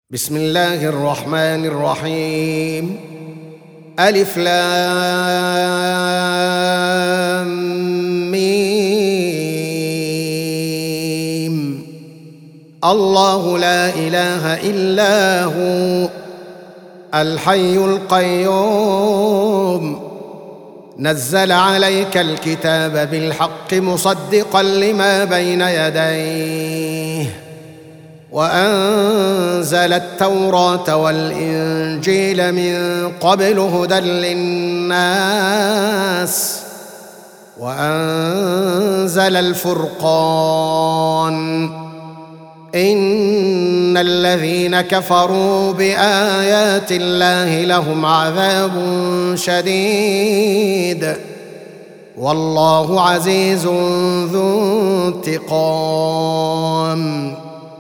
بسم الله الرحمن الرحيم. ألف لام ميم. الله لا إله إلا هو الحي القيوم نزل عليك الكتاب بالحق مصدقا لما بين يديه وأنزل التوراة والإنجيل من قبل هدى للناس وأنزل الفرقان إن الذين كفروا بآيات الله لهم عذاب شديد والله عزيز ذو انتقام.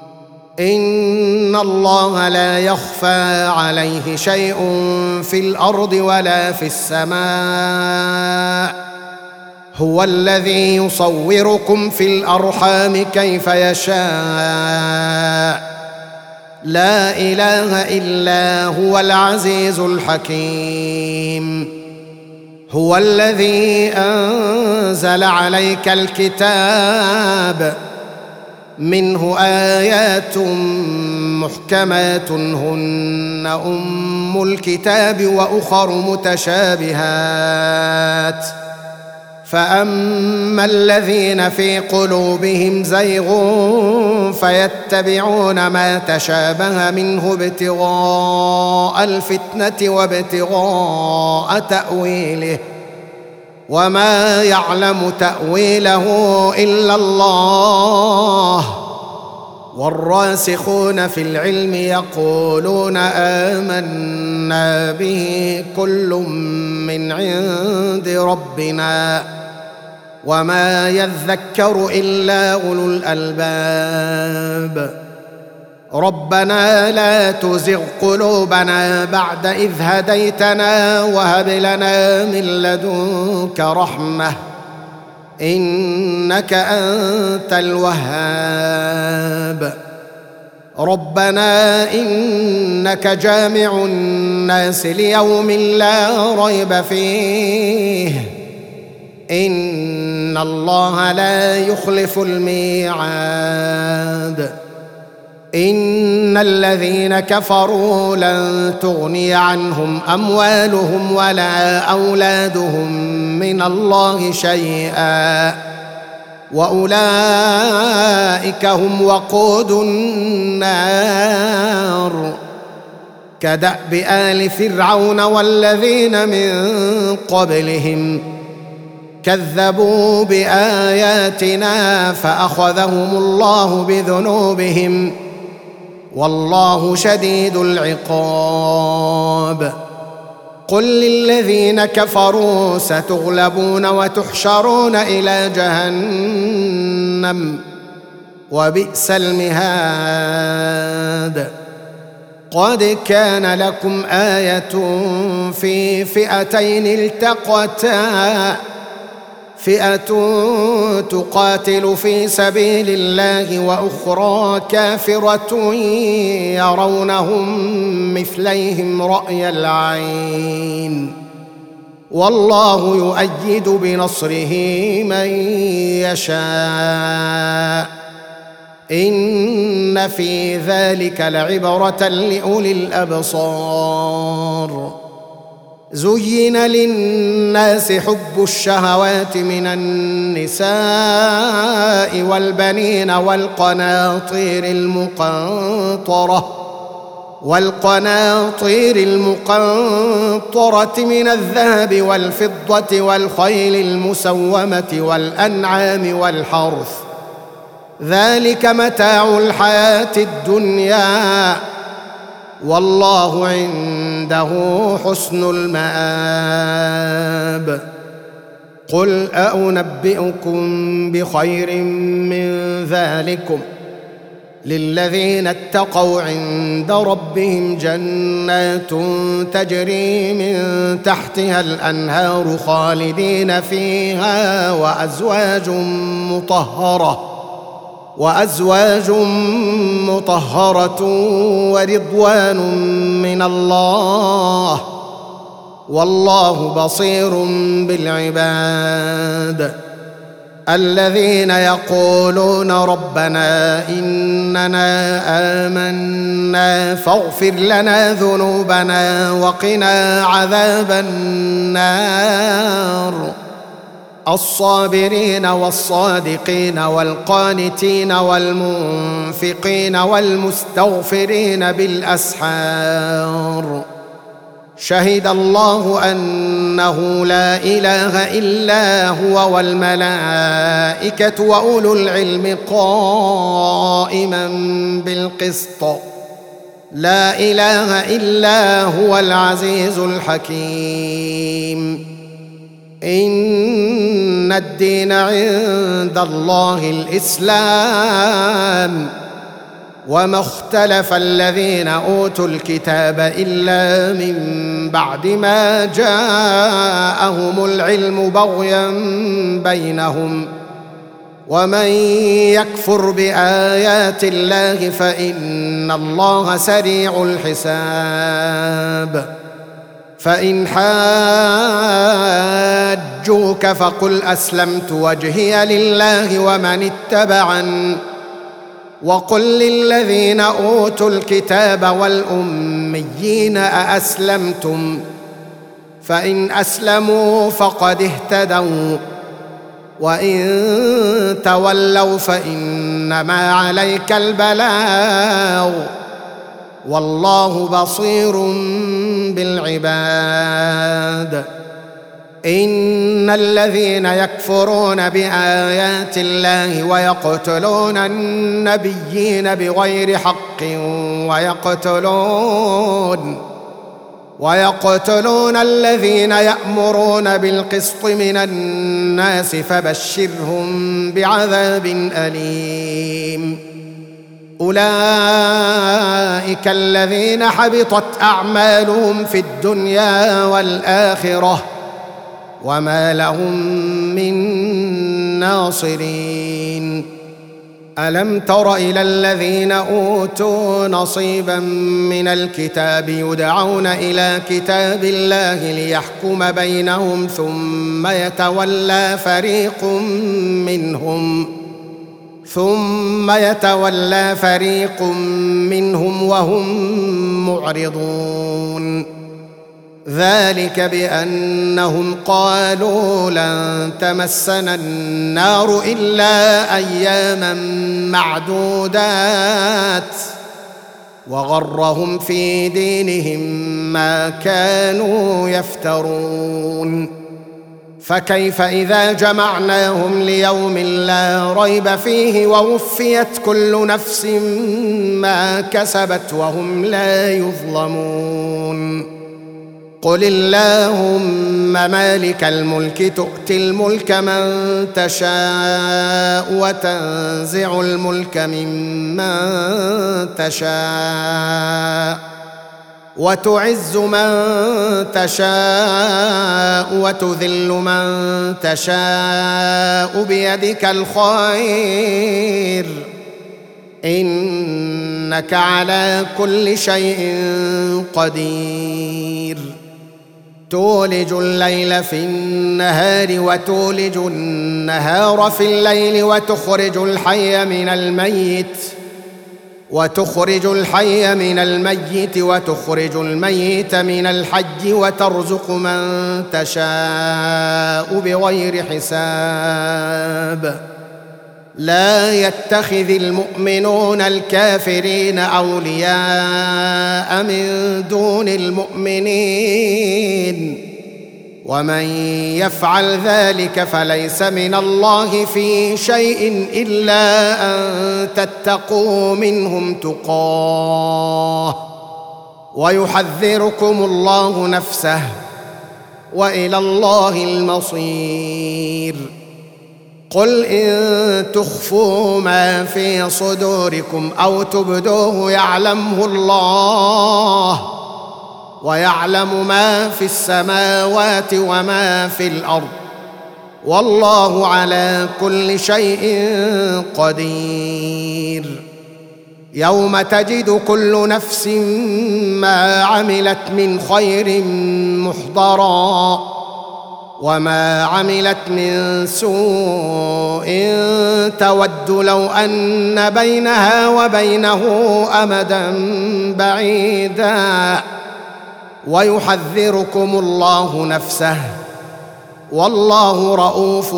إن الله لا يخفى عليه شيء في الأرض ولا في السماء هو الذي يصوركم في الأرحام كيف يشاء لا إله إلا هو العزيز الحكيم. هو الذي أنزل عليك الكتاب منه آيات محكمات هن أم الكتاب وأخر متشابهات فأما الذين في قلوبهم زيغ فيتبعون ما تشابه منه ابتغاء الفتنة وابتغاء تأويله وما يعلم تأويله إلا الله والراسخون في العلم يقولون آمنا به كل من عند ربنا وما يذكر إلا أولو الألباب. ربنا لا تزغ قلوبنا بعد إذ هديتنا وهب لنا من لدنك رحمة إنك أنت الوهاب. ربنا إنك جامع الناس ليوم لا ريب فيه إن الله لا يخلف الميعاد. إن الذين كفروا لن تغني عنهم أموالهم ولا أولادهم من الله شيئا وأولئك هم وقود النار كدأب آل فرعون والذين من قبلهم كذبوا بآياتنا فأخذهم الله بذنوبهم والله شديد العقاب. قل للذين كفروا ستغلبون وتحشرون إلى جهنم وبئس المهاد. قد كان لكم آية في فئتين التقتا فئة تقاتل في سبيل الله وأخرى كافرة يرونهم مثليهم رأي العين والله يؤيد بنصره من يشاء إن في ذلك لعبرة لأولي الأبصار. زين للناس حب الشهوات من النساء والبنين والقناطير المقنطرة من الذهب والفضة والخيل المسومة والأنعام والحرث ذلك متاع الحياة الدنيا والله عنده حسن المآب. قل أنبئكم بخير من ذلكم للذين اتقوا عند ربهم جنات تجري من تحتها الأنهار خالدين فيها وأزواج مطهرة ورضوان من الله، والله بصير بالعباد. الذين يقولون ربنا إننا آمنا فاغفر لنا ذنوبنا وقنا عذاب النار، الصابرين والصادقين والقانتين والمنفقين والمستغفرين بالأسحار. شهد الله أنه لا إله إلا هو والملائكة وأولو العلم قائما بالقسط، لا إله إلا هو العزيز الحكيم. إن الدين عند الله الإسلام، وما اختلف الذين أوتوا الكتاب إلا من بعد ما جاءهم العلم بغيا بينهم، ومن يكفر بآيات الله فإن الله سريع الحساب. فإن حاجوك فقل أسلمت وجهي لله ومن اتبعني، وقل للذين أوتوا الكتاب والأميين أأسلمتم؟ فإن أسلموا فقد اهتدوا، وإن تولوا فإنما عليك البلاغ، والله بصير بالعباد. إن الذين يكفرون بآيات الله ويقتلون النبيين بغير حق ويقتلون الذين يأمرون بالقسط من الناس فبشرهم بعذاب أليم. أولئك الذين حبطت أعمالهم في الدنيا والآخرة، وما لهم من ناصرين. ألم تر إلى الذين أوتوا نصيبا من الكتاب يدعون إلى كتاب الله ليحكم بينهم ثم يتولى فريق منهم وهم معرضون. ذلك بأنهم قالوا لن تمسنا النار إلا أياما معدودات، وغرهم في دينهم ما كانوا يفترون. فكيف إذا جمعناهم ليوم لا ريب فيه ووفيت كل نفس ما كسبت وهم لا يظلمون. قل اللهم مالك الملك تؤتي الملك من تشاء وتنزع الملك ممن تشاء وتعز من تشاء وتذل من تشاء بيدك الخير، إنك على كل شيء قدير. تولج الليل في النهار وتولج النهار في الليل وتخرج الحي من الميت وتخرج الميت من الحي وترزق من تشاء بغير حساب. لا يتخذ المؤمنون الكافرين أولياء من دون المؤمنين، ومن يفعل ذلك فليس من الله في شيء إلا أن تتقوا منهم تقاه، ويحذركم الله نفسه، وإلى الله المصير. قل إن تخفوا ما في صدوركم أو تبدوه يعلمه الله، ويعلم ما في السماوات وما في الأرض، والله على كل شيء قدير. يوم تجد كل نفس ما عملت من خير محضرا وما عملت من سوء تود لو أن بينها وبينه أمدا بعيدا ويحذركم الله نفسه والله رؤوف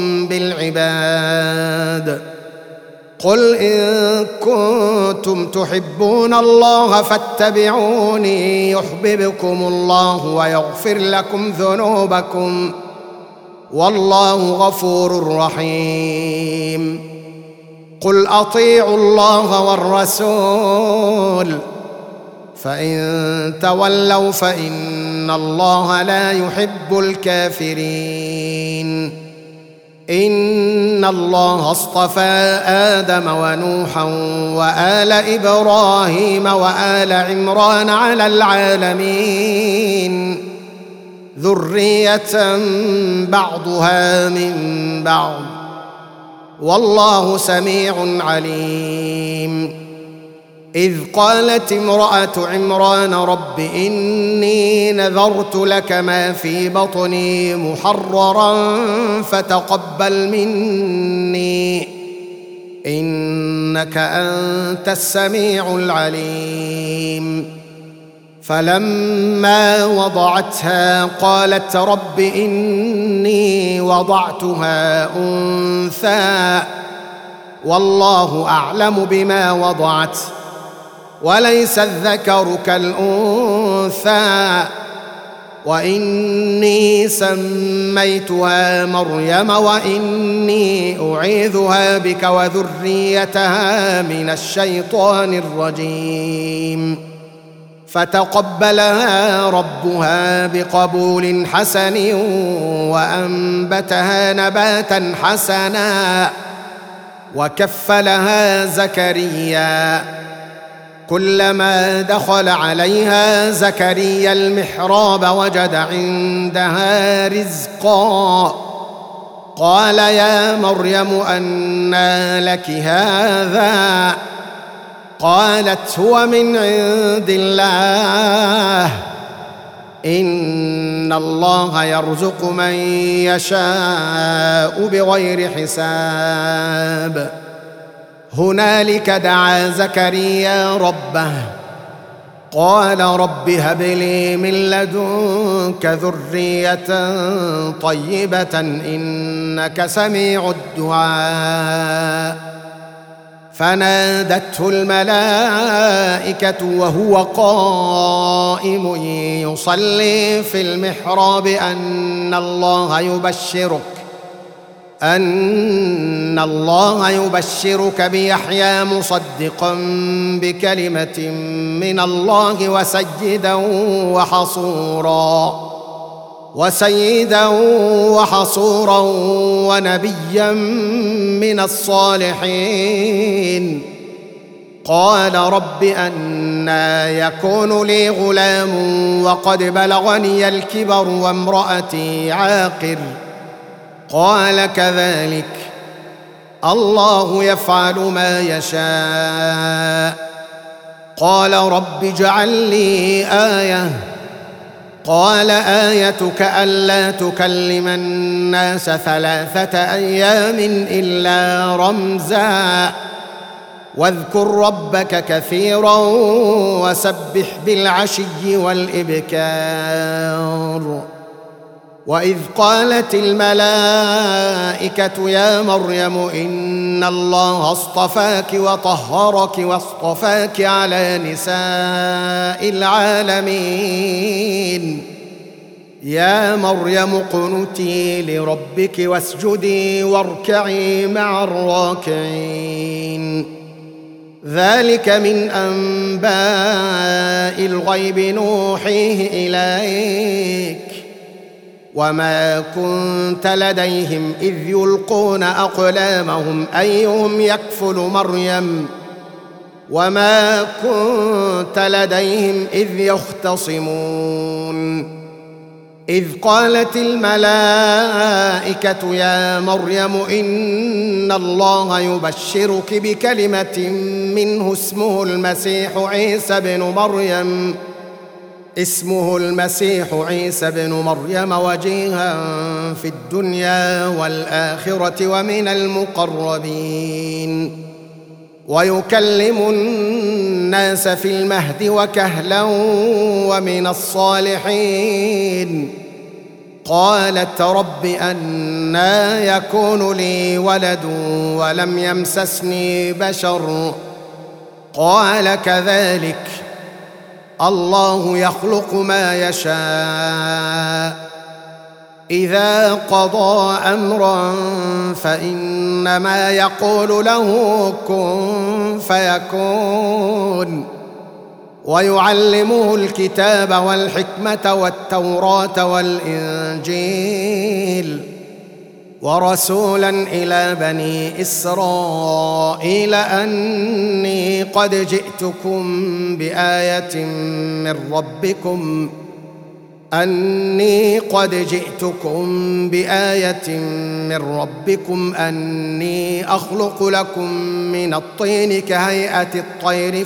بالعباد. قل إن كنتم تحبون الله فاتبعوني يحببكم الله ويغفر لكم ذنوبكم والله غفور رحيم. قل أطيعوا الله والرسول فإن تولوا فإن الله لا يحب الكافرين. إن الله اصطفى آدم ونوحا وآل إبراهيم وآل عمران على العالمين ذرية بعضها من بعض والله سميع عليم. إذ قالت امرأة عمران رب إني نذرت لك ما في بطني محررا فتقبل مني إنك أنت السميع العليم. فلما وضعتها قالت رب إني وضعتها أنثى والله أعلم بما وضعت وليس الذكر كالأنثى وإني سميتها مريم وإني أعيذها بك وذريتها من الشيطان الرجيم. فتقبلها ربها بقبول حسن وأنبتها نباتا حسنا وكفلها زكريا. كلما دخل عليها زكريا المحراب وجد عندها رزقا قال يا مريم أنى لك هذا قالت هو من عند الله إن الله يرزق من يشاء بغير حساب. هنالك دعا زكريا ربه قال رب هب لي من لدنك ذرية طيبة إنك سميع الدعاء. فنادته الملائكة وهو قائم يصلي في المحراب أن الله يبشرك بيحيى مصدقا بكلمة من الله وسيدا وحصورا ونبيا من الصالحين. قال رب أنى يكون لي غلام وقد بلغني الكبر وامرأتي عاقر قال كذلك الله يفعل ما يشاء. قال رب اجعل لي آية قال آيتك ألا تكلم الناس 3 أيام إلا رمزا واذكر ربك كثيرا وسبح بالعشي والإبكار. وإذ قالت الملائكة يا مريم إن الله اصطفاك وطهرك واصطفاك على نساء العالمين يا مريم اقنتي لربك واسجدي واركعي مع الراكعين. ذلك من أنباء الغيب نوحيه إليك وما كنت لديهم إذ يلقون أقلامهم أيهم يكفل مريم وما كنت لديهم إذ يختصمون. إذ قالت الملائكة يا مريم إن الله يبشرك بكلمة منه اسمه المسيح عيسى بن مريم وجيها في الدنيا والآخرة ومن المقربين ويكلم الناس في المهد وكهلا ومن الصالحين. قالت رب أنى يكون لي ولد ولم يمسسني بشر قال كذلك الله يخلق ما يشاء إذا قضى أمرا فإنما يقول له كن فيكون. ويعلمه الكتاب والحكمة والتوراة والإنجيل ورسولا إلى بني إسرائيل أني قد جئتكم بآية من ربكم أني أخلق لكم من الطين كهيئة الطير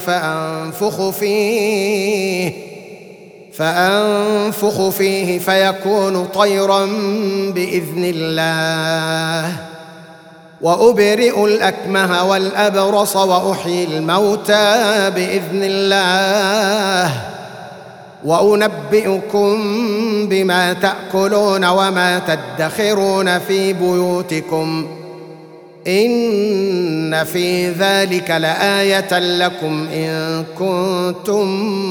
فأنفخ فيه فيكون طيرا بإذن الله وأبرئ الأكمه والأبرص وأحيي الموتى بإذن الله وأنبئكم بما تأكلون وما تدخرون في بيوتكم إن في ذلك لآية لكم إن كنتم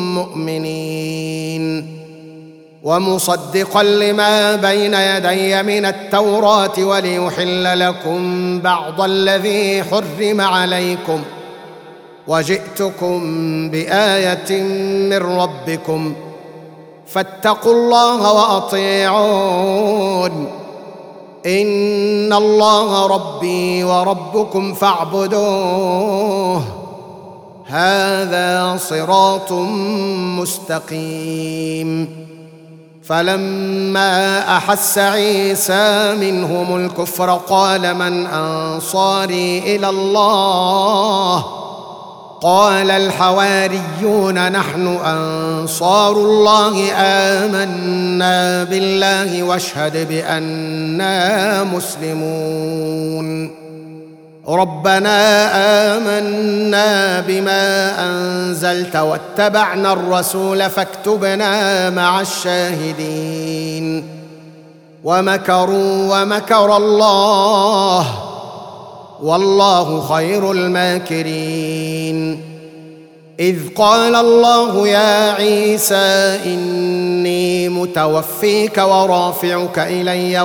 مؤمنين. ومصدقا لما بين يدي من التوراة وليحل لكم بعض الذي حرم عليكم وجئتكم بآية من ربكم فاتقوا الله وأطيعون إن الله ربي وربكم فاعبدوه هذا صراط مستقيم. فلما أحس عيسى منهم الكفر قال من أنصاري إلى الله قال الحواريون نحن أنصار الله آمنا بالله واشهد بأننا مسلمون. ربنا آمنا بما أنزلت واتبعنا الرسول فاكتبنا مع الشاهدين. ومكروا ومكر الله والله خير الماكرين. إذ قال الله يا عيسى إني متوفيك ورافعك إلي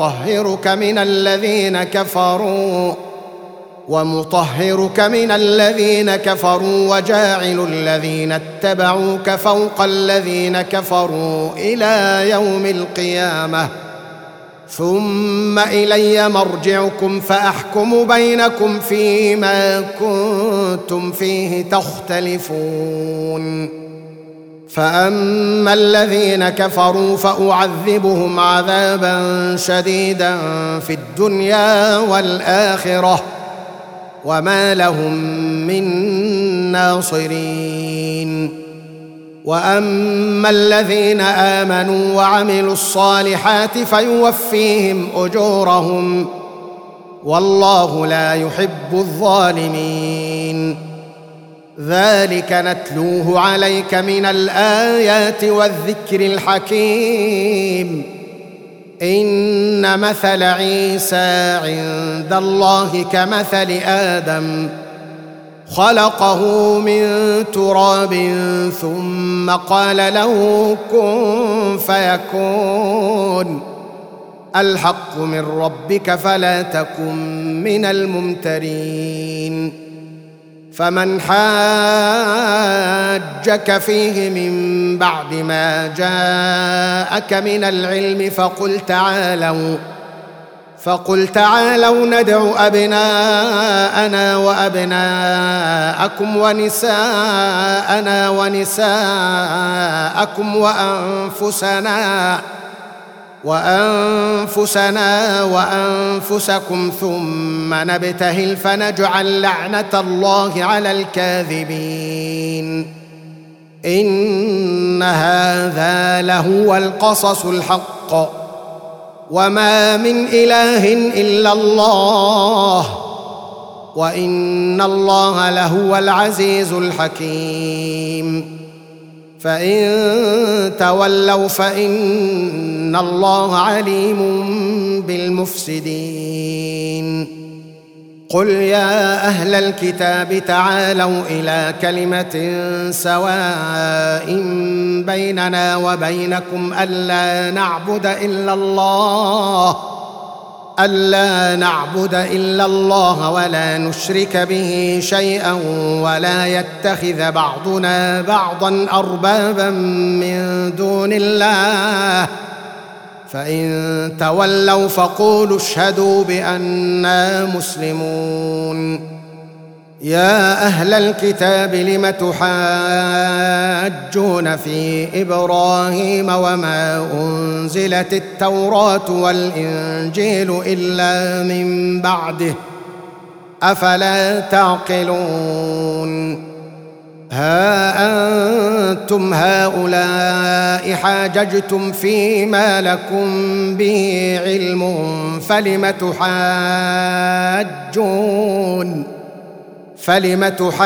ومطهرك من الذين كفروا وجاعل الذين اتبعوك فوق الذين كفروا إلى يوم القيامة ثم إلي مرجعكم فأحكم بينكم فيما كنتم فيه تختلفون. فأما الذين كفروا فأعذبهم عذابا شديدا في الدنيا والآخرة وما لهم من ناصرين. وأما الذين آمنوا وعملوا الصالحات فيوفيهم أجورهم والله لا يحب الظالمين. ذلك نتلوه عليك من الآيات والذكر الحكيم. إن مثل عيسى عند الله كمثل آدم خلقه من تراب ثم قال له كن فيكون. الحق من ربك فلا تكن من الممترين. فمن حاجك فيه من بعد ما جاءك من العلم فقل تعالوا ندع أبناءنا وأبناءكم ونساءنا ونساءكم وأنفسنا وأنفسكم ثم نبتهل فنجعل لعنة الله على الكاذبين إن هذا لهو القصص الحق وما من إله إلا الله وإن الله لهو العزيز الحكيم فإن تولوا فإن الله عليم بالمفسدين قل يا أهل الكتاب تعالوا إلى كلمة سواء بيننا وبينكم ألا نعبد إلا الله ولا نشرك به شيئا ولا يتخذ بعضنا بعضا أربابا من دون الله فإن تولوا فقولوا اشهدوا بأننا مسلمون يا أهل الكتاب لم تحاجون في إبراهيم وما أنزلت التوراة والإنجيل إلا من بعده أفلا تعقلون ها أنتم هؤلاء حاججتم فيما لكم به علم فلم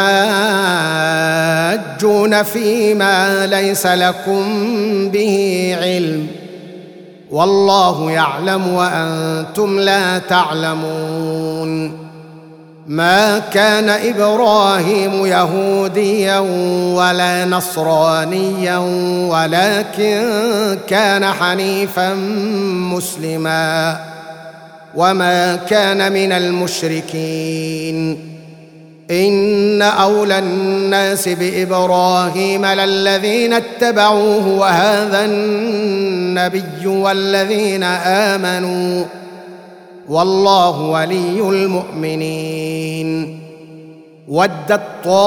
تحاجون فيما ليس لكم به علم والله يعلم وأنتم لا تعلمون ما كان إبراهيم يهوديا ولا نصرانيا ولكن كان حنيفا مسلما وما كان من المشركين إن أولى الناس بإبراهيم للذين اتبعوه وهذا النبي والذين آمنوا والله ولي المؤمنين ودت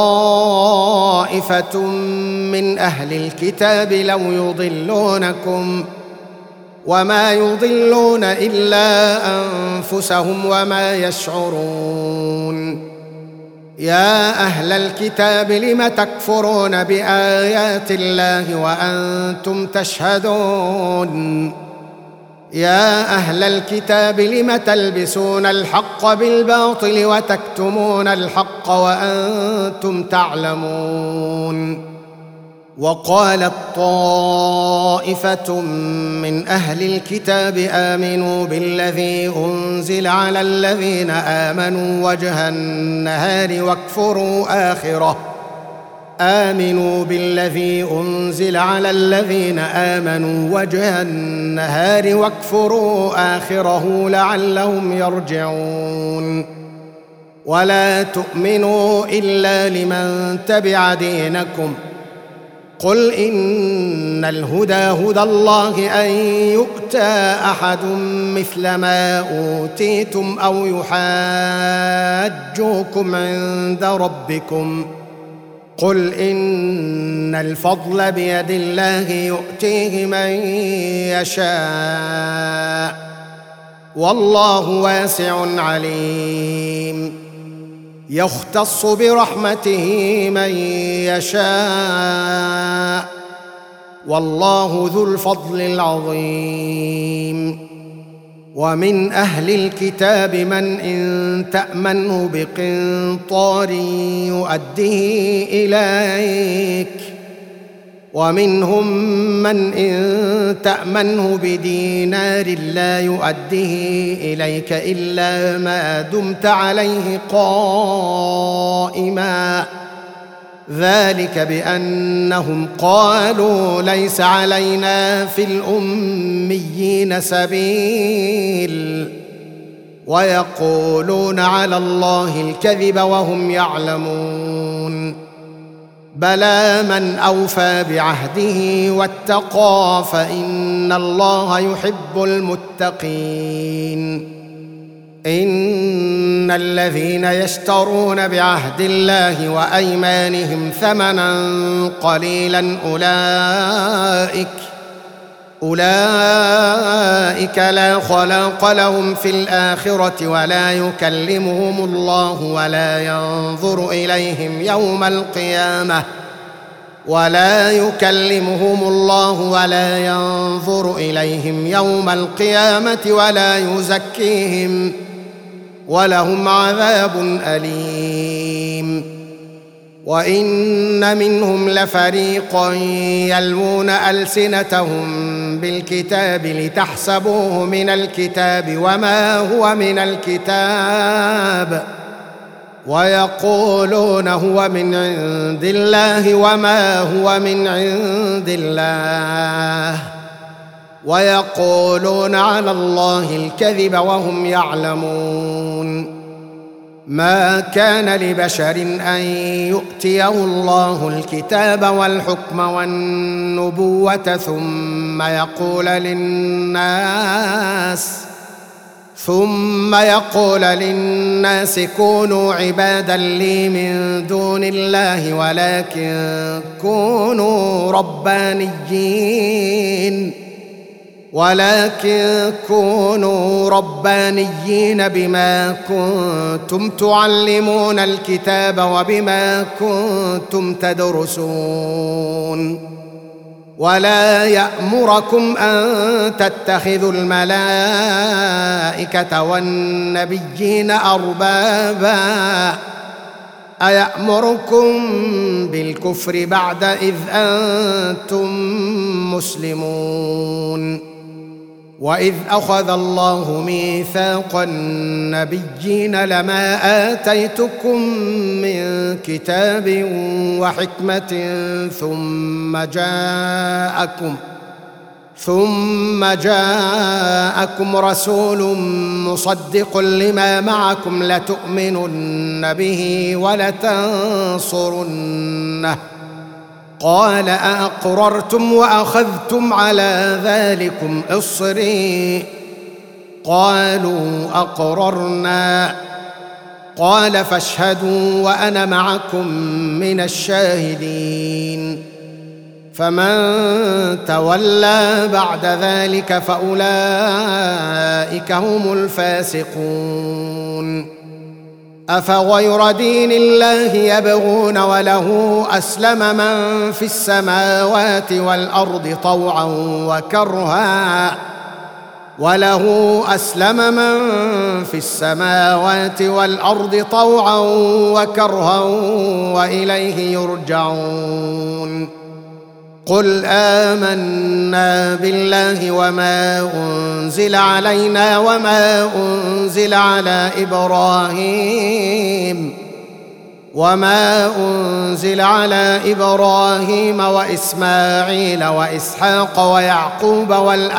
طائفة من أهل الكتاب لو يضلونكم وما يضلون إلا أنفسهم وما يشعرون يا أهل الكتاب لم تكفرون بآيات الله وأنتم تشهدون يا أهل الكتاب لم تلبسون الحق بالباطل وتكتمون الحق وأنتم تعلمون وقالت طائفة من أهل الكتاب آمنوا بالذي أنزل على الذين آمنوا وجه النهار واكفروا آخره آمنوا بالذي أنزل على الذين آمنوا وجه النهار واكفروا آخره لعلهم يرجعون ولا تؤمنوا إلا لمن تبع دينكم قل إن الهدى هدى الله أن يؤتى أحد مثل ما أوتيتم أو يحاجوكم عند ربكم قل إن الفضل بيد الله يؤتيه من يشاء والله واسع عليم يختص برحمته من يشاء والله ذو الفضل العظيم ومن أهل الكتاب من إن تأمنه بقنطار يؤديه إليك ومنهم من إن تأمنه بدينار لا يؤديه إليك إلا ما دمت عليه قائما ذلك بأنهم قالوا ليس علينا في الأميين سبيل ويقولون على الله الكذب وهم يعلمون بلى من أوفى بعهده واتقى فإن الله يحب المتقين إن الذين يشترون بعهد الله وأيمانهم ثمنا قليلا أولئك لا خلاق لهم في الآخرة ولا يكلمهم الله ولا ينظر إليهم يوم القيامة ولا يزكيهم ولهم عذاب أليم. وإن منهم لفريقا يلوون ألسنتهم بالكتاب لتحسبوه من الكتاب وما هو من الكتاب ويقولون هو من عند الله وما هو من عند الله ويقولون على الله الكذب وهم يعلمون. ما كان لبشر أن يؤتيه الله الكتاب والحكم والنبوة ثم يقول للناس كونوا عبادا لي من دون الله ولكن كونوا ربانيين بما كنتم تعلمون الكتاب وبما كنتم تدرسون. ولا يأمركم أن تتخذوا الملائكة والنبيين أربابا أيأمركم بالكفر بعد إذ أنتم مسلمون. وإذ أخذ الله ميثاق النبيين لما آتيتكم من كتاب وحكمة ثم جاءكم رسول مصدق لما معكم لتؤمنن به ولتنصرنه قال أأقررتم وأخذتم على ذلكم إصري قالوا أقررنا قال فاشهدوا وأنا معكم من الشاهدين. فمن تولى بعد ذلك فأولئك هم الفاسقون. أفغير دين الله يبغون وله أسلم من في السماوات والأرض طوعا وكرها وإليه يرجعون. قل آمنا بالله وما أنزل علينا وما أنزل على إبراهيم وإسماعيل وإسحاق ويعقوب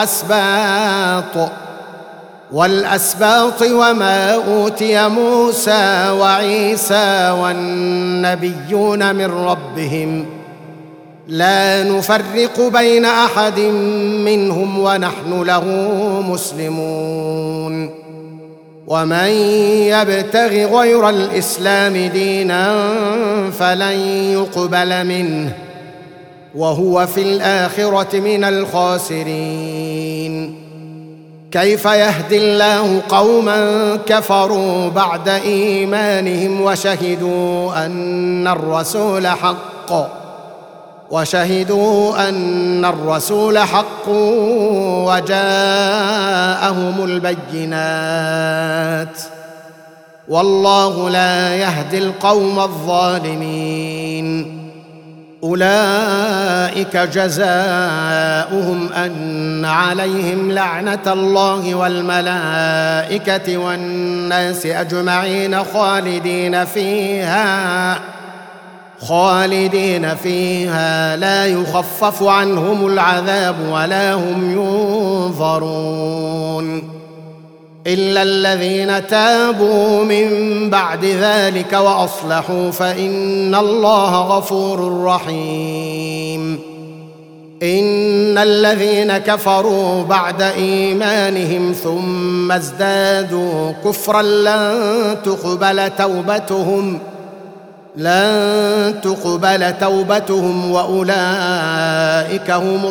والأسباط وما أوتي موسى وعيسى والنبيون من ربهم لا نفرق بين أحد منهم ونحن له مسلمون. ومن يبتغ غير الإسلام دينا فلن يقبل منه وهو في الآخرة من الخاسرين. كيف يهدي الله قوما كفروا بعد إيمانهم وشهدوا أن الرسول حق وجاءهم البينات والله لا يهدي القوم الظالمين. أولئك جزاؤهم أن عليهم لعنة الله والملائكة والناس أجمعين خالدين فيها لا يخفف عنهم العذاب ولا هم ينظرون إلا الذين تابوا من بعد ذلك وأصلحوا فإن الله غفور رحيم. إن الذين كفروا بعد إيمانهم ثم ازدادوا كفرا لن تقبل توبتهم وأولئك أولئك هم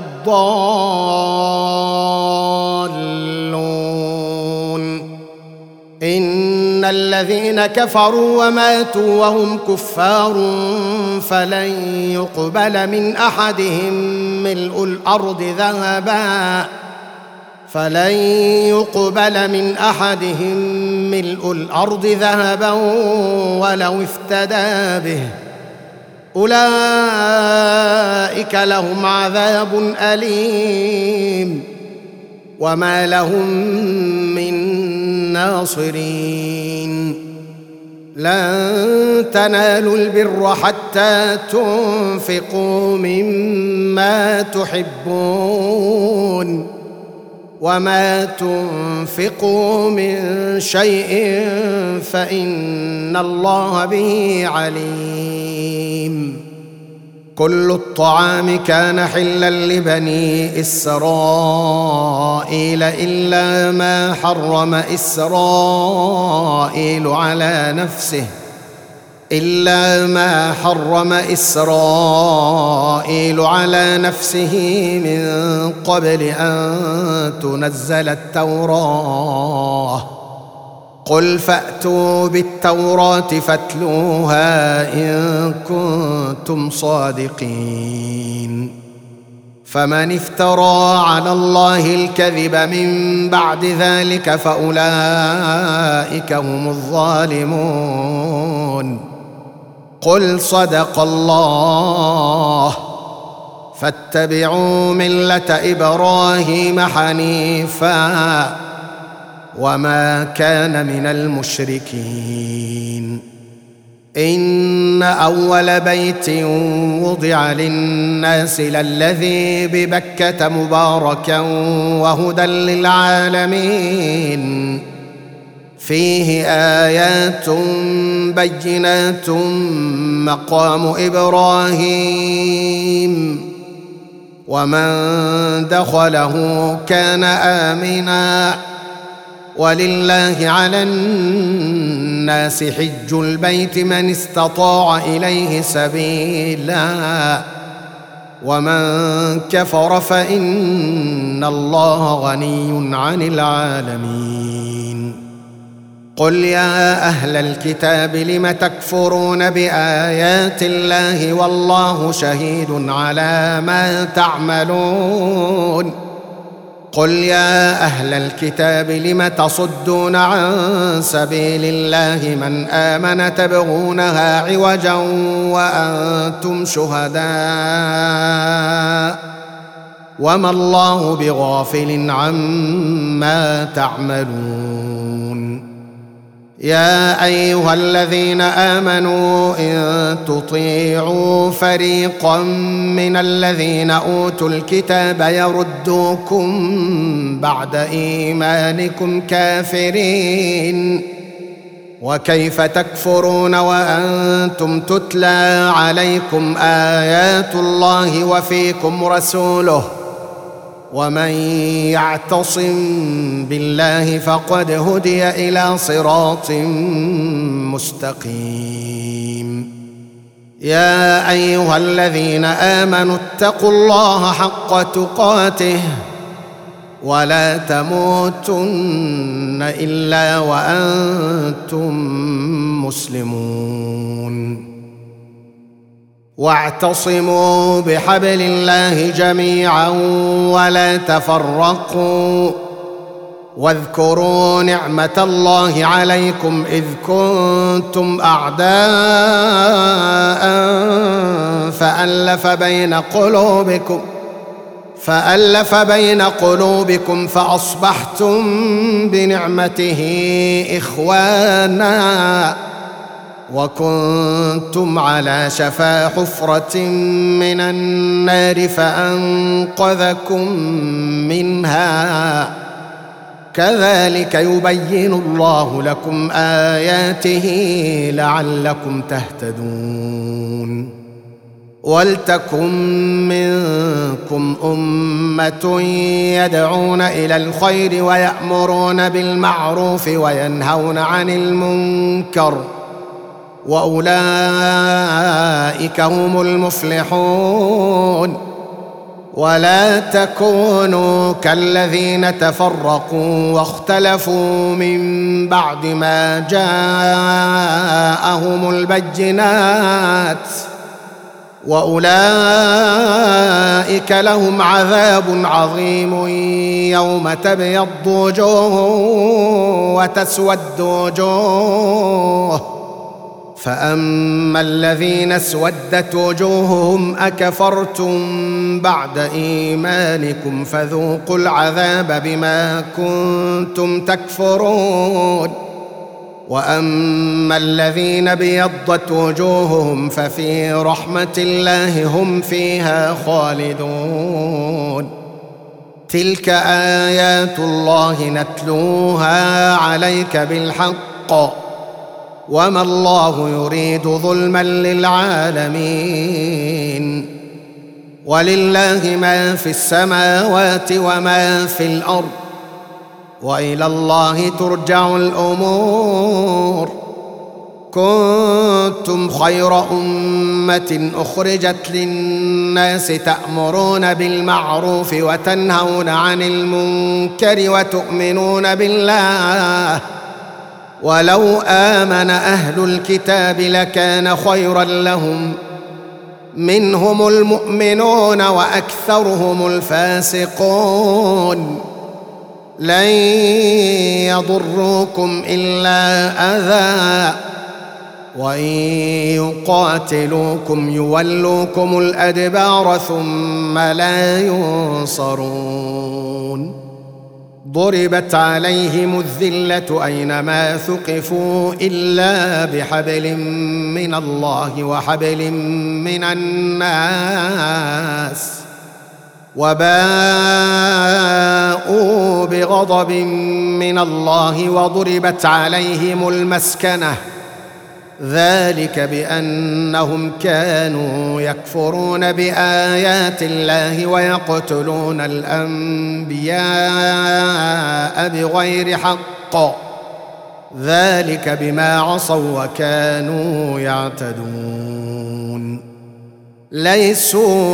الضالون. إن الذين كفروا وماتوا وهم كفار فلن يقبل من أحدهم ملء الأرض ذهبا ولو افتدى به، أولئك لهم عذاب أليم وما لهم من ناصرين. لن تنالوا البر حتى تنفقوا مما تحبون، وما تنفقوا من شيء فإن الله به عليم. كل الطعام كان حلا لبني إسرائيل إلا ما حرم إسرائيل على نفسه من قبل أن تنزل التوراة. قل فأتوا بالتوراة فاتلوها إن كنتم صادقين. فمن افترى على الله الكذب من بعد ذلك فأولئك هم الظالمون. قل صدق الله، فاتبعوا ملة إبراهيم حنيفا وما كان من المشركين. إن أول بيت وضع للناس للذي ببكة مباركا وهدى للعالمين، فيه آيات بينات مقام إبراهيم، ومن دخله كان آمنا. ولله على الناس حج البيت من استطاع إليه سبيلا، ومن كفر فإن الله غني عن العالمين. قل يا أهل الكتاب لم تكفرون بآيات الله والله شهيد على ما تعملون. قل يا أهل الكتاب لم تصدون عن سبيل الله من آمن تبغونها عوجا وأنتم شهداء وما الله بغافل عما تعملون. يا أيها الذين آمنوا إن تطيعوا فريقا من الذين أوتوا الكتاب يردوكم بعد إيمانكم كافرين، وكيف تكفرون وأنتم تتلى عليكم آيات الله وفيكم رسوله، ومن يعتصم بالله فقد هدي إلى صراط مستقيم. يا أيها الذين آمنوا اتقوا الله حق تقاته ولا تموتن إلا وأنتم مسلمون. واعتصموا بحبل الله جميعا ولا تفرقوا، واذكروا نعمة الله عليكم إذ كنتم أعداء فألف بين قلوبكم فأصبحتم بنعمته إخوانا، وكنتم على شفا حفرة من النار فأنقذكم منها. كذلك يبين الله لكم آياته لعلكم تهتدون. ولتكن منكم أمة يدعون إلى الخير ويأمرون بالمعروف وينهون عن المنكر، وأولئك هم المفلحون. ولا تكونوا كالذين تفرقوا واختلفوا من بعد ما جاءهم البينات وأولئك لهم عذاب عظيم يوم تبيض وجوه وتسود وجوه فأما الذين اسودت وجوههم أكفرتم بعد إيمانكم فذوقوا العذاب بما كنتم تكفرون وأما الذين ابيضت وجوههم ففي رحمة الله هم فيها خالدون تلك آيات الله نتلوها عليك بالحق وما الله يريد ظلما للعالمين ولله ما في السماوات وما في الأرض وإلى الله ترجع الأمور كنتم خير أمة أخرجت للناس تأمرون بالمعروف وتنهون عن المنكر وتؤمنون بالله ولو آمن أهل الكتاب لكان خيرا لهم منهم المؤمنون وأكثرهم الفاسقون لن يضروكم إلا أذى وإن يقاتلوكم يولوكم الأدبار ثم لا ينصرون ضربت عليهم الذلة أينما ثقفوا إلا بحبل من الله وحبل من الناس وباءوا بغضب من الله وضربت عليهم المسكنة ذلك بأنهم كانوا يكفرون بآيات الله ويقتلون الأنبياء بغير حق ذلك بما عصوا وكانوا يعتدون ليسوا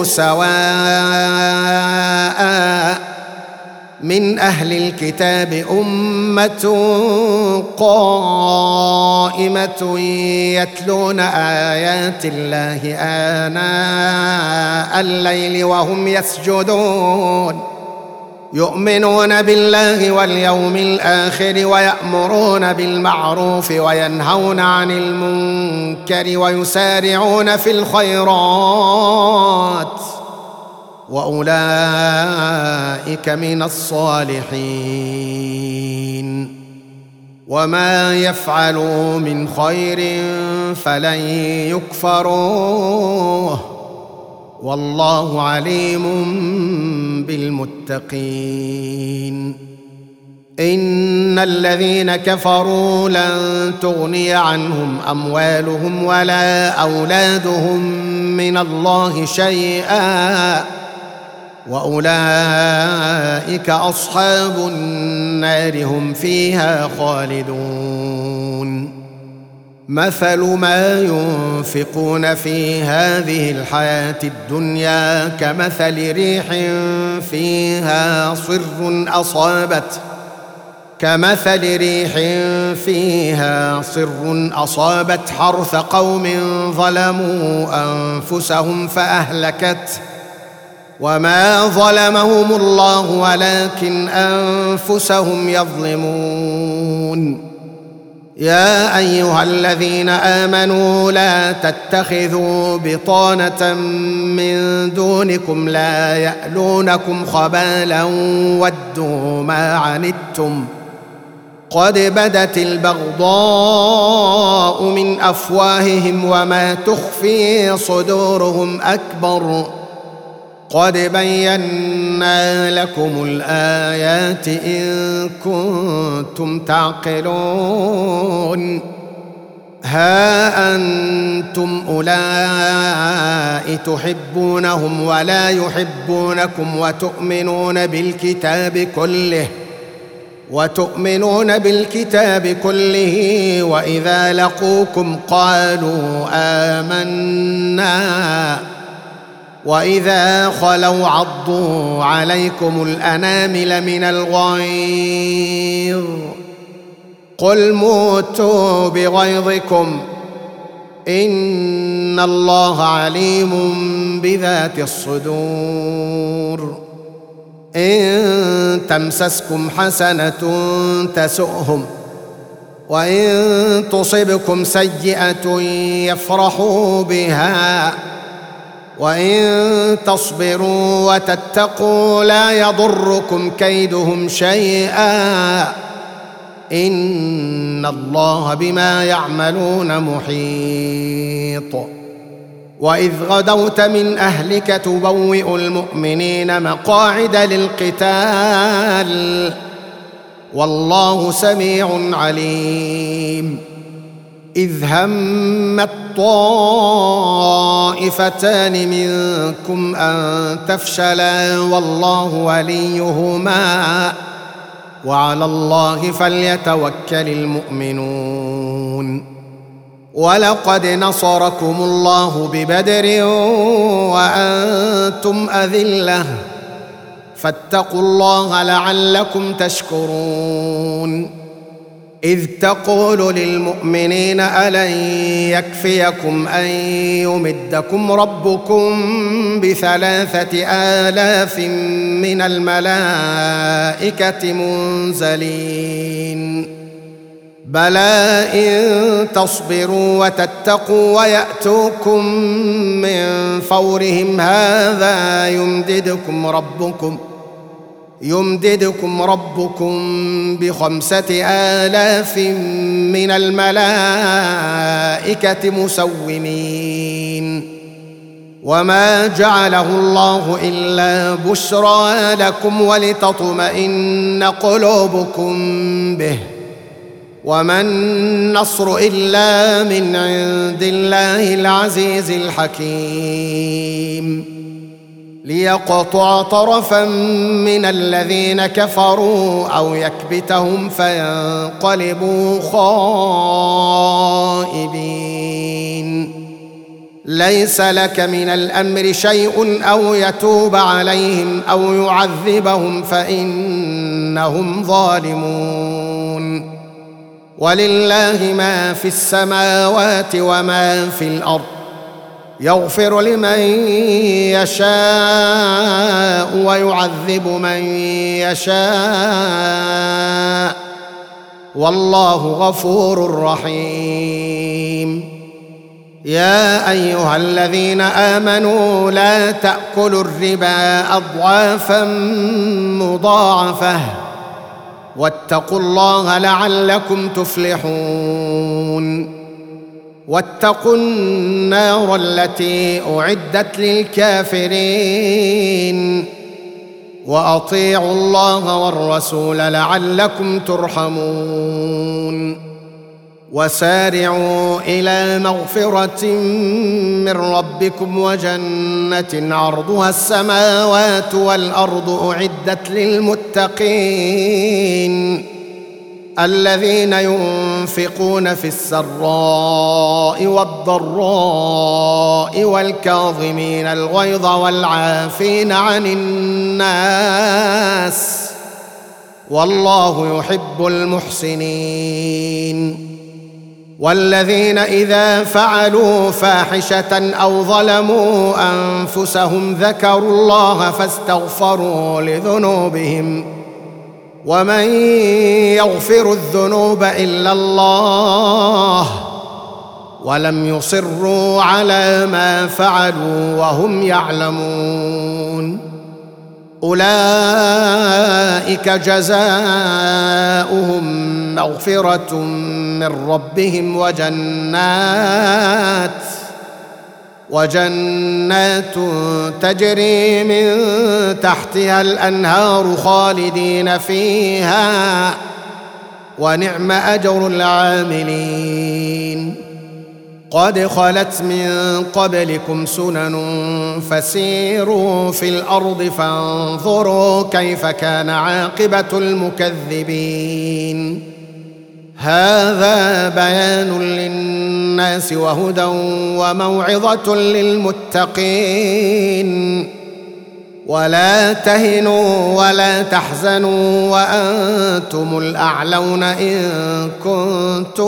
سواء من أهل الكتاب أمة قائمة يتلون آيات الله آناء الليل وهم يسجدون يؤمنون بالله واليوم الآخر ويأمرون بالمعروف وينهون عن المنكر ويسارعون في الخيرات وأولئك من الصالحين وما يفعلوا من خير فلن يكفروه والله عليم بالمتقين إن الذين كفروا لن تغني عنهم أموالهم ولا أولادهم من الله شيئا وأولئك أصحاب النار هم فيها خالدون مثل ما ينفقون في هذه الحياة الدنيا كمثل ريح فيها صر أصابت حرث قوم ظلموا أنفسهم فأهلكته وما ظلمهم الله ولكن أنفسهم يظلمون يا أيها الذين آمنوا لا تتخذوا بطانة من دونكم لا يألونكم خبالا ودوا ما عنتم قد بدت البغضاء من أفواههم وما تخفي صدورهم أكبر قد بينا لكم الآيات إن كنتم تعقلون ها أنتم أولئك تحبونهم ولا يحبونكم وتؤمنون بالكتاب كله وإذا لقوكم قالوا آمنا وإذا خلوا عضوا عليكم الأنامل من الغيظ قل موتوا بغيظكم إن الله عليم بذات الصدور إن تمسسكم حسنة تسؤهم وإن تصبكم سيئة يفرحوا بها وإن تصبروا وتتقوا لا يضركم كيدهم شيئا إن الله بما يعملون محيط وإذ غدوت من أهلك تبوئ المؤمنين مقاعد للقتال والله سميع عليم إذ همت طائفتان منكم أن تفشلا والله وليهما وعلى الله فليتوكل المؤمنون ولقد نصركم الله ببدر وأنتم أذلة فاتقوا الله لعلكم تشكرون إذ تقول للمؤمنين ألن يكفيكم أن يمدكم ربكم ب3,000 من الملائكة منزلين بلى إن تصبروا وتتقوا ويأتوكم من فورهم هذا يمددكم ربكم ب5,000 من الملائكة مسومين وما جعله الله إلا بشرى لكم ولتطمئن قلوبكم به وما النصر إلا من عند الله العزيز الحكيم ليقطع طرفا من الذين كفروا أو يكبتهم فينقلبوا خائبين ليس لك من الأمر شيء أو يتوب عليهم أو يعذبهم فإنهم ظالمون ولله ما في السماوات وما في الأرض يغفر لمن يشاء ويعذب من يشاء والله غفور رحيم يا أيها الذين آمنوا لا تأكلوا الربا أضعافا مضاعفة واتقوا الله لعلكم تفلحون واتقوا النار التي أعدت للكافرين وأطيعوا الله والرسول لعلكم ترحمون وسارعوا إلى مغفرة من ربكم وجنة عرضها السماوات والأرض أعدت للمتقين الذين ينفقون في السراء والضراء والكاظمين الغيظ والعافين عن الناس والله يحب المحسنين والذين إذا فعلوا فاحشة أو ظلموا أنفسهم ذكروا الله فاستغفروا لذنوبهم ومن يغفر الذنوب إلا الله ولم يصروا على ما فعلوا وهم يعلمون أولئك جزاؤهم مغفرة من ربهم وجنات تجري من تحتها الأنهار خالدين فيها ونعم أجر العاملين قد خلت من قبلكم سنن فسيروا في الأرض فانظروا كيف كان عاقبة المكذبين هذا بيان للناس وهدى وموعظة للمتقين. ولا تهنوا ولا تحزنوا وأنتم الأعلون إن كنتم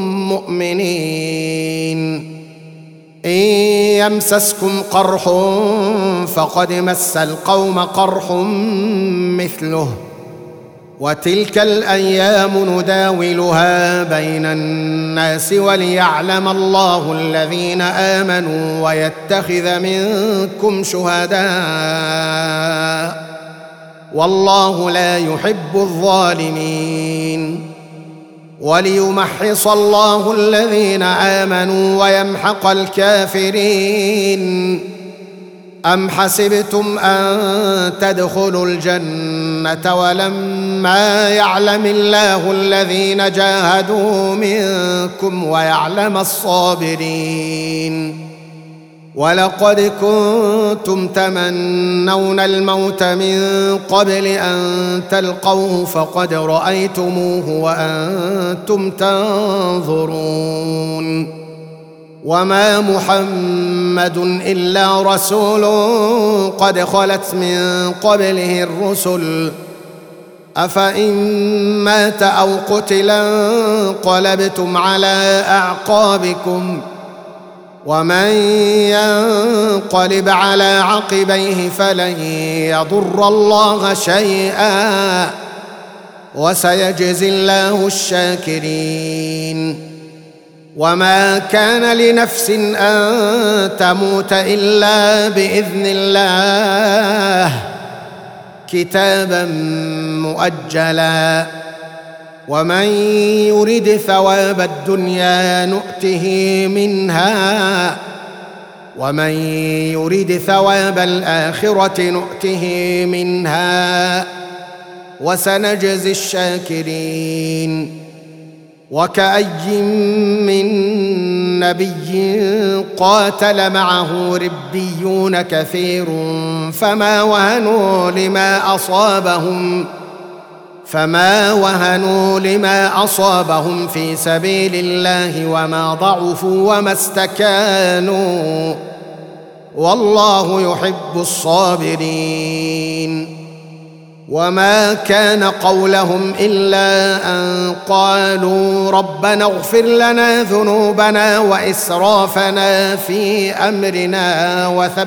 مؤمنين. إن يمسسكم قرح فقد مس القوم قرح مثله، وتلك الأيام نداولها بين الناس وليعلم الله الذين آمنوا ويتخذ منكم شهداء، والله لا يحب الظالمين. وليمحص الله الذين آمنوا ويمحق الكافرين. أم حسبتم أن تدخلوا الجنة ولما يعلم الله الذين جاهدوا منكم ويعلم الصابرين؟ ولقد كنتم تمنون الموت من قبل أن تلقوه فقد رأيتموه وأنتم تنظرون. وما محمد إلا رسول قد خلت من قبله الرسل، أفإن مات أو قتلا انقلبتم على أعقابكم، ومن ينقلب على عقبيه فلن يضر الله شيئا وسيجزي الله الشاكرين. وما كان لنفس أن تموت إلا بإذن الله كتابا مؤجلا، ومن يرد ثواب الدنيا نؤته منها ومن يرد ثواب الآخرة نؤته منها وسنجزي الشاكرين. وكأي من نبي قاتل معه ربيون كثير فما وهنوا لما أصابهم في سبيل الله وما ضعفوا وما استكانوا، والله يحب الصابرين. وما كان قولهم إلا أن قالوا ربنا اغفر لنا ذنوبنا وإسرافنا في أمرنا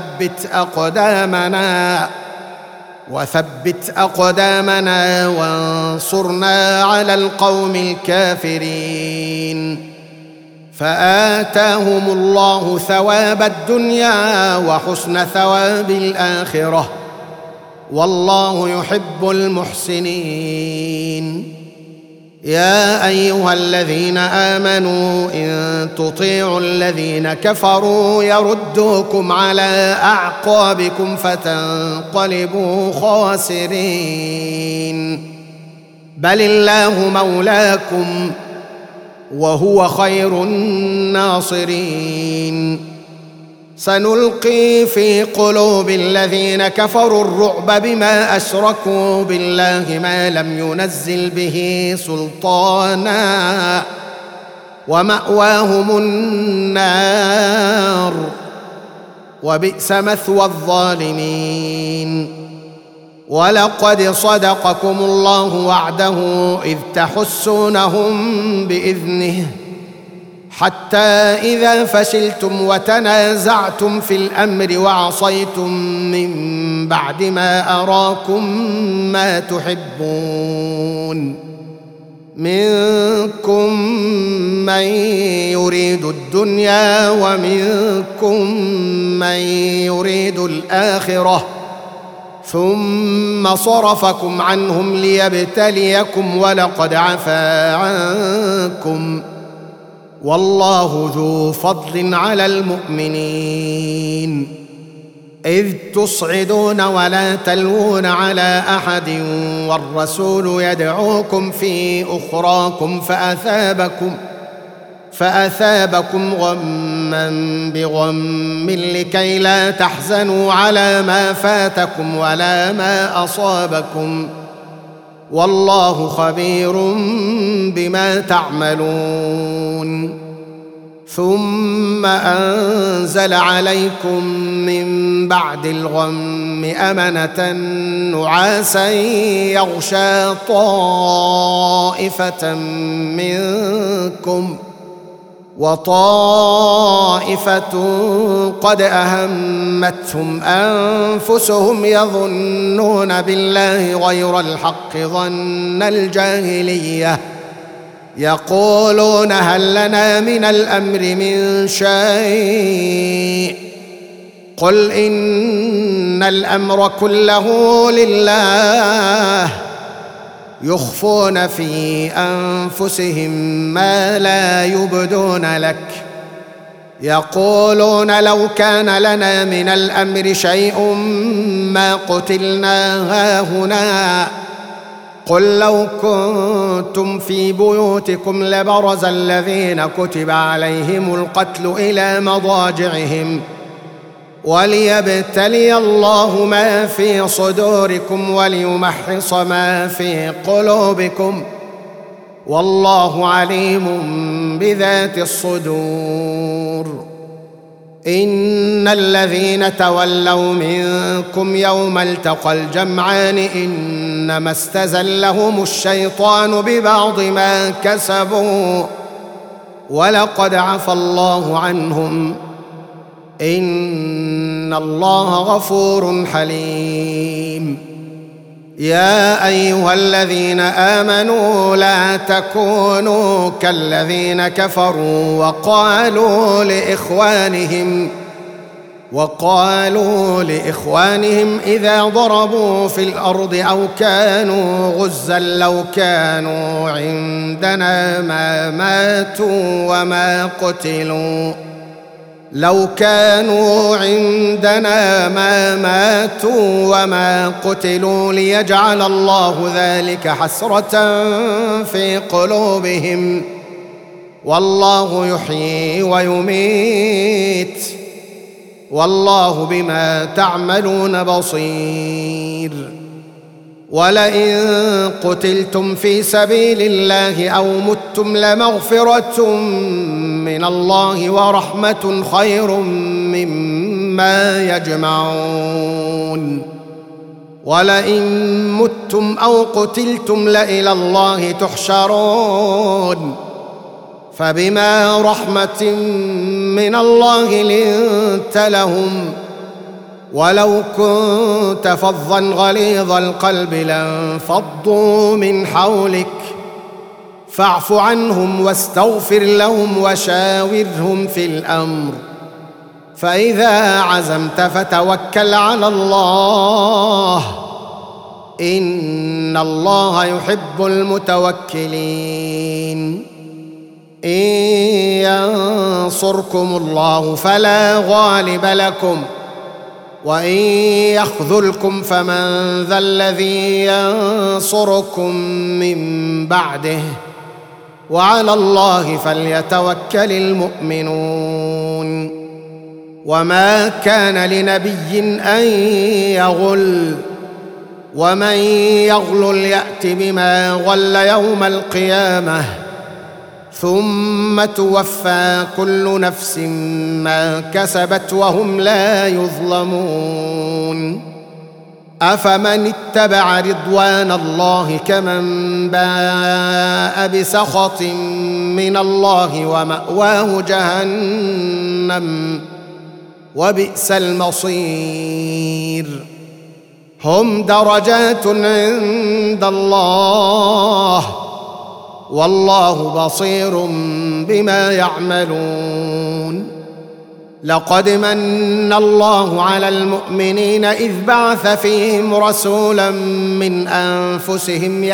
وثبت أقدامنا وانصرنا على القوم الكافرين. فآتاهم الله ثواب الدنيا وحسن ثواب الآخرة، والله يحب المحسنين. يا أيها الذين آمنوا إن تطيعوا الذين كفروا يردوكم على أعقابكم فتنقلبوا خاسرين، بل الله مولاكم وهو خير الناصرين. سنلقي في قلوب الذين كفروا الرعب بما أشركوا بالله ما لم ينزل به سلطانا ومأواهم النار وبئس مثوى الظالمين. ولقد صدقكم الله وعده إذ تحسونهم بإذنه حتى إذا فشلتم وتنازعتم في الأمر وعصيتم من بعد ما أراكم ما تحبون، منكم من يريد الدنيا ومنكم من يريد الآخرة، ثم صرفكم عنهم ليبتليكم ولقد عفا عنكم، والله ذو فضل على المؤمنين. إذ تصعدون ولا تلوون على أحد والرسول يدعوكم في أخراكم فأثابكم غما بغم لكي لا تحزنوا على ما فاتكم ولا ما أصابكم، والله خبير بما تعملون. ثم أنزل عليكم من بعد الغم أمنة نعاسا يغشى طائفة منكم وطائفة قد أهمتهم أنفسهم يظنون بالله غير الحق ظن الجاهلية يقولون هل لنا من الأمر من شيء قل إن الأمر كله لله يخفون في أنفسهم ما لا يبدون لك يقولون لو كان لنا من الأمر شيء ما قتلنا هاهنا قل لو كنتم في بيوتكم لبرز الذين كتب عليهم القتل إلى مضاجعهم وليبتلي الله ما في صدوركم وليمحص ما في قلوبكم والله عليم بذات الصدور. إن الذين تولوا منكم يوم التقى الجمعان إنما استزلهم الشيطان ببعض ما كسبوا ولقد عفى الله عنهم إن الله غفور حليم. يا أيها الذين آمنوا لا تكونوا كالذين كفروا وقالوا لإخوانهم إذا ضربوا في الأرض أو كانوا غزا لو كانوا عندنا ما ماتوا وما قتلوا ليجعل الله ذلك حسرة في قلوبهم والله يحيي ويميت والله بما تعملون بصير. ولئن قتلتم في سبيل الله أو متم لمغفرة من الله ورحمة خير مما يجمعون. ولئن متم أو قتلتم لإلى الله تحشرون فبما رحمة من الله لنت لهم ولو كنت فظا غليظ القلب لانفضوا من حولك فاعف عنهم واستغفر لهم وشاورهم في الأمر فإذا عزمت فتوكل على الله إن الله يحب المتوكلين. إن ينصركم الله فلا غالب لكم وإن يخذلكم فمن ذا الذي ينصركم من بعده وعلى الله فليتوكل المؤمنون. وما كان لنبي أن يغل ومن يغل يأت بما غل يوم القيامة ثم توفى كل نفس ما كسبت وهم لا يظلمون. أفمن اتبع رضوان الله كمن باء بسخط من الله ومأواه جهنم وبئس المصير. هم درجات عند الله والله بصير بما يعملون. لقد من الله على المؤمنين إذ بعث فيهم رسولا من أنفسهم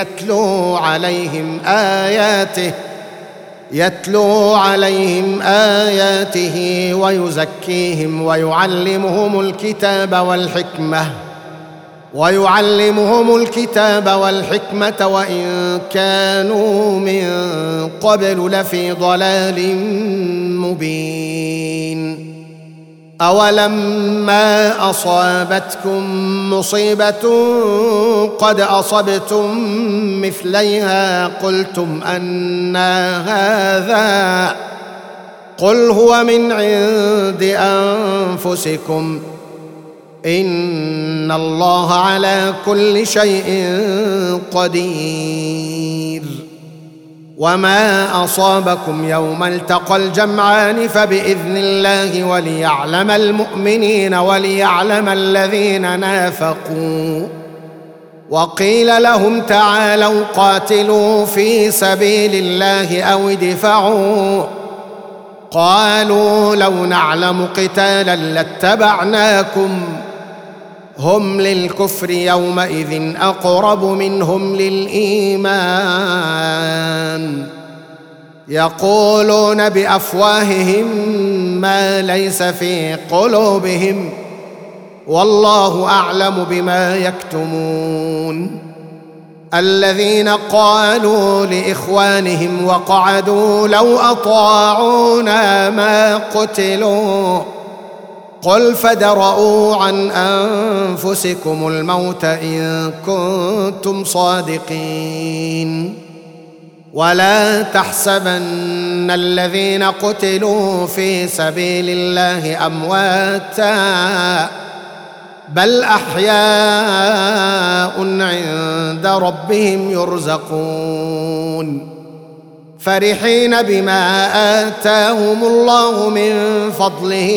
يتلو عليهم آياته ويزكيهم ويعلمهم الكتاب والحكمة وإن كانوا من قبل لفي ضلال مبين. أولما أصابتكم مصيبة قد أصبتم مثليها قلتم أنى هذا قل هو من عند أنفسكم إن الله على كل شيء قدير وما أصابكم يوم التقى الجمعان فبإذن الله وليعلم المؤمنين وليعلم الذين نافقوا وقيل لهم تعالوا قاتلوا في سبيل الله أو ادفعوا قالوا لو نعلم قتالا لاتبعناكم هم للكفر يومئذ أقرب منهم للإيمان يقولون بأفواههم ما ليس في قلوبهم والله أعلم بما يكتمون الذين قالوا لإخوانهم وقعدوا لو أطاعونا ما قتلوا قل فادرءوا عن أنفسكم الموت إن كنتم صادقين ولا تحسبن الذين قتلوا في سبيل الله أمواتا بل أحياء عند ربهم يرزقون فرحين بما آتاهم الله من فضله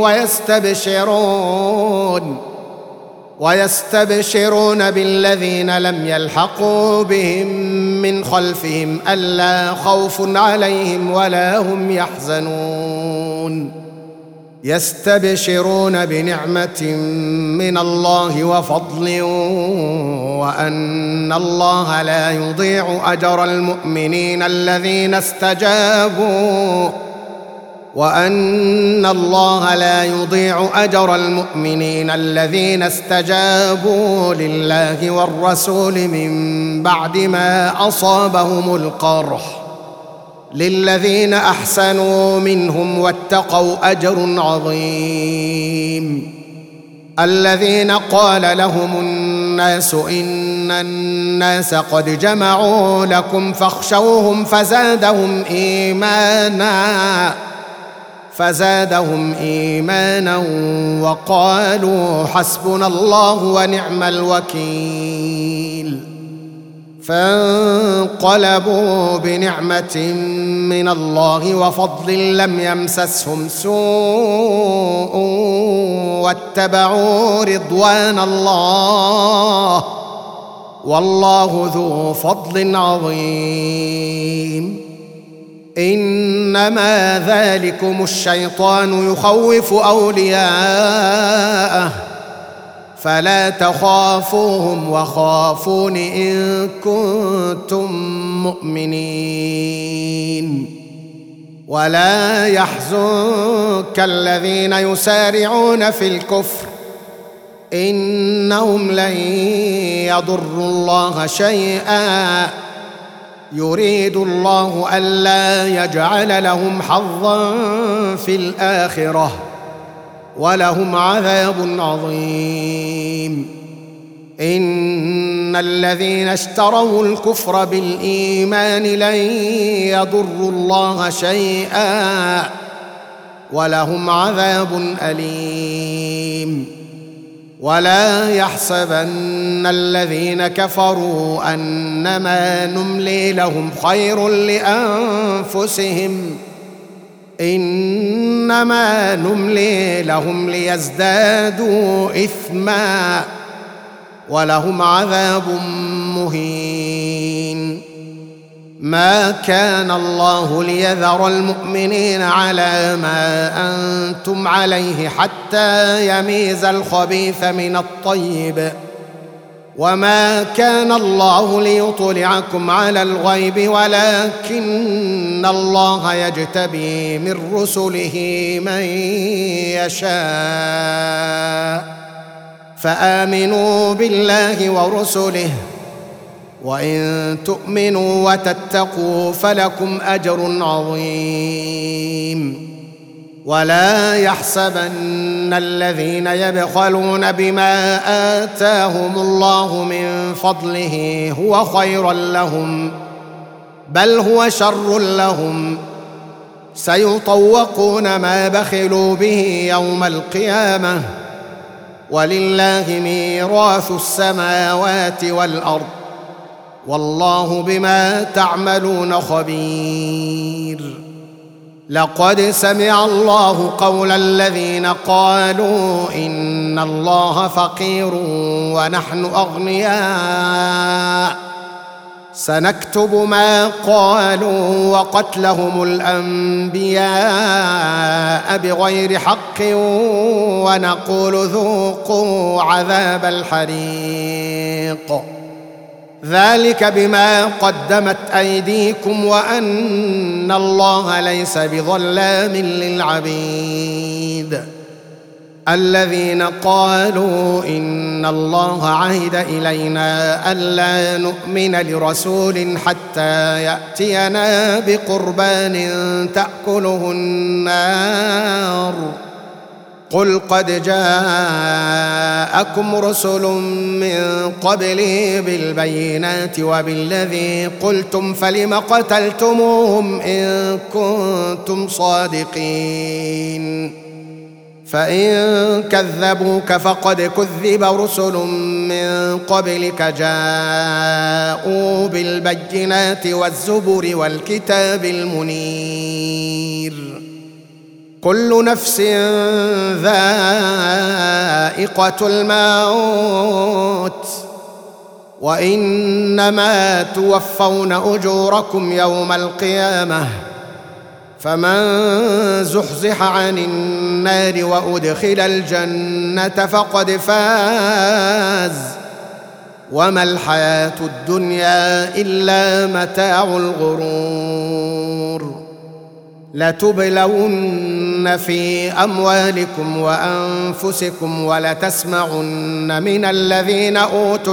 ويستبشرون بالذين لم يلحقوا بهم من خلفهم ألا خوف عليهم ولا هم يحزنون يستبشرون بنعمة من الله وفضل وأن الله لا يضيع أجر المؤمنين الذين استجابوا لله والرسول من بعد ما أصابهم القرح للذين أحسنوا منهم واتقوا أجر عظيم الذين قال لهم الناس إن الناس قد جمعوا لكم فاخشوهم فزادهم إيمانا وقالوا حسبنا الله ونعم الوكيل فانقلبوا بنعمة من الله وفضل لم يمسسهم سوء واتبعوا رضوان الله والله ذو فضل عظيم إنما ذلكم الشيطان يخوف أولياءه فلا تخافوهم وخافون إن كنتم مؤمنين ولا يحزنك الذين يسارعون في الكفر إنهم لن يضروا الله شيئا يريد الله ألا يجعل لهم حظا في الآخرة ولهم عذاب عظيم إن الذين اشتروا الكفر بالإيمان لن يضروا الله شيئا ولهم عذاب أليم ولا يحسبن الذين كفروا أنما نملي لهم خير لأنفسهم إنما نملي لهم ليزدادوا إثما ولهم عذاب مهين ما كان الله ليذر المؤمنين على ما أنتم عليه حتى يميز الخبيث من الطيب وما كان الله ليطلعكم على الغيب ولكن الله يجتبي من رسله من يشاء فآمنوا بالله ورسله وإن تؤمنوا وتتقوا فلكم أجر عظيم ولا يحسبن الذين يبخلون بما آتاهم الله من فضله هو خيرا لهم، بل هو شر لهم، سيطوقون ما بخلوا به يوم القيامة، ولله ميراث السماوات والأرض، والله بما تعملون خبير. لقد سمع الله قول الذين قالوا إن الله فقير ونحن أغنياء، سنكتب ما قالوا وقتلهم الأنبياء بغير حق، ونقول ذوقوا عذاب الحريق، ذلك بما قدمت أيديكم وأن الله ليس بظلام للعبيد. الذين قالوا إن الله عهد إلينا ألا نؤمن لرسول حتى يأتينا بقربان تأكله النار، قل قد جاءكم رسل من قبلي بالبينات وبالذي قلتم فلم قتلتموهم إن كنتم صادقين، فإن كذبوك فقد كذب رسل من قبلك جاءوا بالبينات والزبر والكتاب المنير، كل نفس ذائقة الموت، وإنما توفون أجوركم يوم القيامة، فمن زحزح عن النار وأدخل الجنة فقد فاز، وما الحياة الدنيا إلا متاع الغرور. لتبلون في أموالكم وأنفسكم ولتسمعن من الذين أوتوا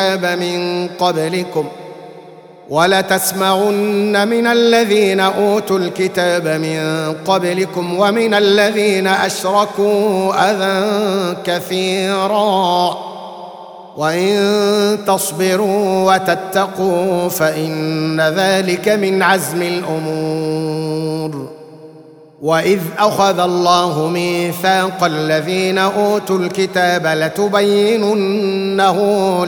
الكتاب من قبلكم ومن الذين أشركوا أذى كثيرا، وإن تصبروا وتتقوا فإن ذلك من عزم الأمور. وإذ أخذ الله ميثاق الذين أوتوا الكتاب لتبيننه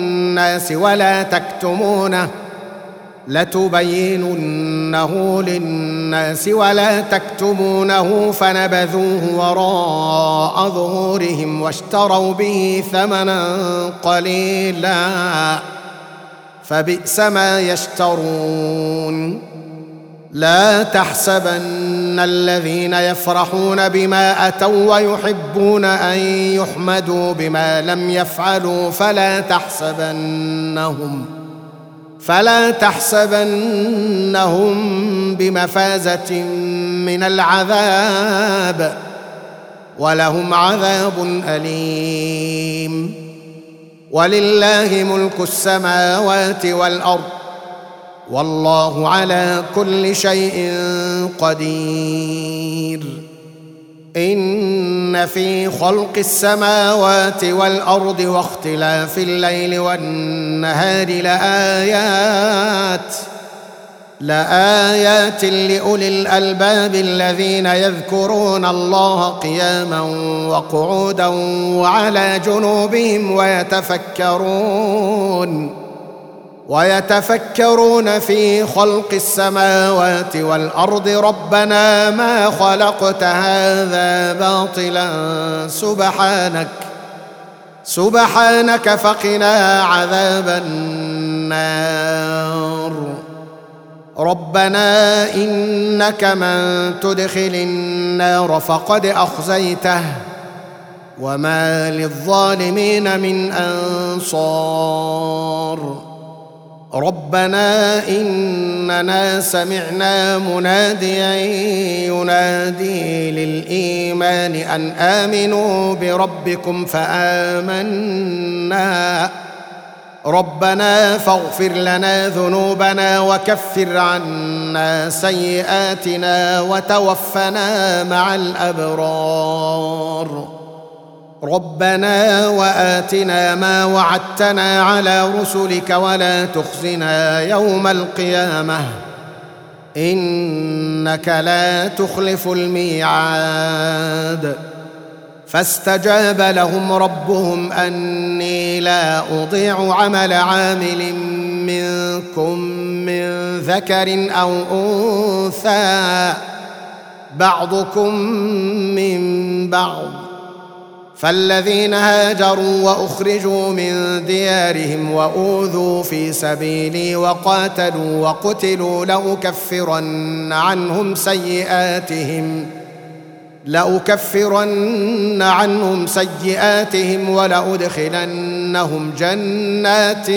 للناس ولا تكتمونه فنبذوه وراء ظهورهم واشتروا به ثمنا قليلا، فبئس ما يشترون. لا تحسبن الذين يفرحون بما أتوا ويحبون أن يحمدوا بما لم يفعلوا فلا تحسبنهم بمفازة من العذاب، ولهم عذاب أليم. ولله ملك السماوات والأرض، والله على كل شيء قدير. إن في خلق السماوات والأرض واختلاف الليل والنهار لآيات لأولي الألباب الذين يذكرون الله قياما وقعودا وعلى جنوبهم ويتفكرون في خلق السماوات والأرض ربنا ما خلقت هذا باطلا سبحانك فقنا عذاب النار. ربنا إنك من تدخل النار فقد أخزيته وما للظالمين من أنصار. ربنا إننا سمعنا مناديا ينادي للإيمان أن آمنوا بربكم فآمنا ربنا فاغفر لنا ذنوبنا وكفر عنا سيئاتنا وتوفنا مع الأبرار ربنا وآتنا ما وعدتنا على رسلك ولا تخزنا يوم القيامة إنك لا تخلف الميعاد فاستجاب لهم ربهم أني لا أضيع عمل عامل منكم من ذكر أو أنثى بعضكم من بعض فالذين هاجروا وأخرجوا من ديارهم وأوذوا في سبيلي وقاتلوا وقتلوا لأكفرن عنهم سيئاتهم ولأدخلنهم جنات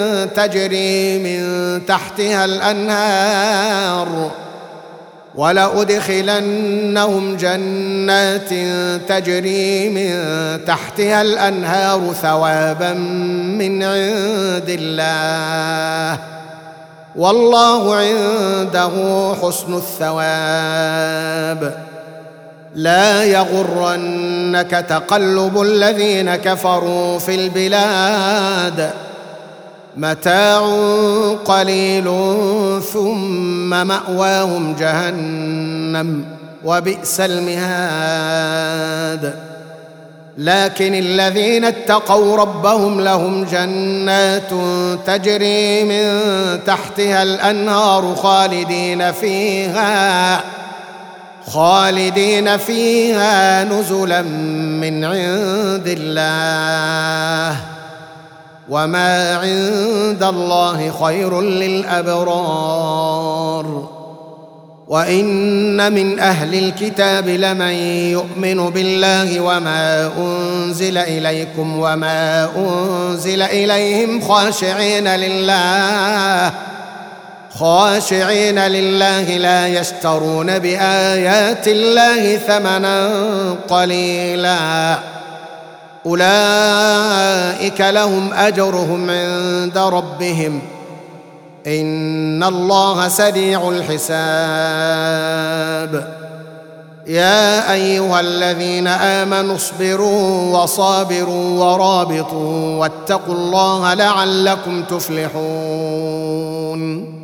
تجري من تحتها الأنهار ثوابا من عند الله والله عنده حسن الثواب لا يغرنك تقلب الذين كفروا في البلاد متاع قليل ثم مأواهم جهنم وبئس المهاد لكن الذين اتقوا ربهم لهم جنات تجري من تحتها الأنهار خالدين فيها نزلا من عند الله وما عند الله خير للأبرار وإن من أهل الكتاب لمن يؤمن بالله وما أنزل إليكم وما أنزل إليهم خاشعين لله لا يشترون بآيات الله ثمنا قليلا أولئك لهم أجرهم عند ربهم إن الله سريع الحساب يا أيها الذين آمنوا اصبروا وصابروا ورابطوا واتقوا الله لعلكم تفلحون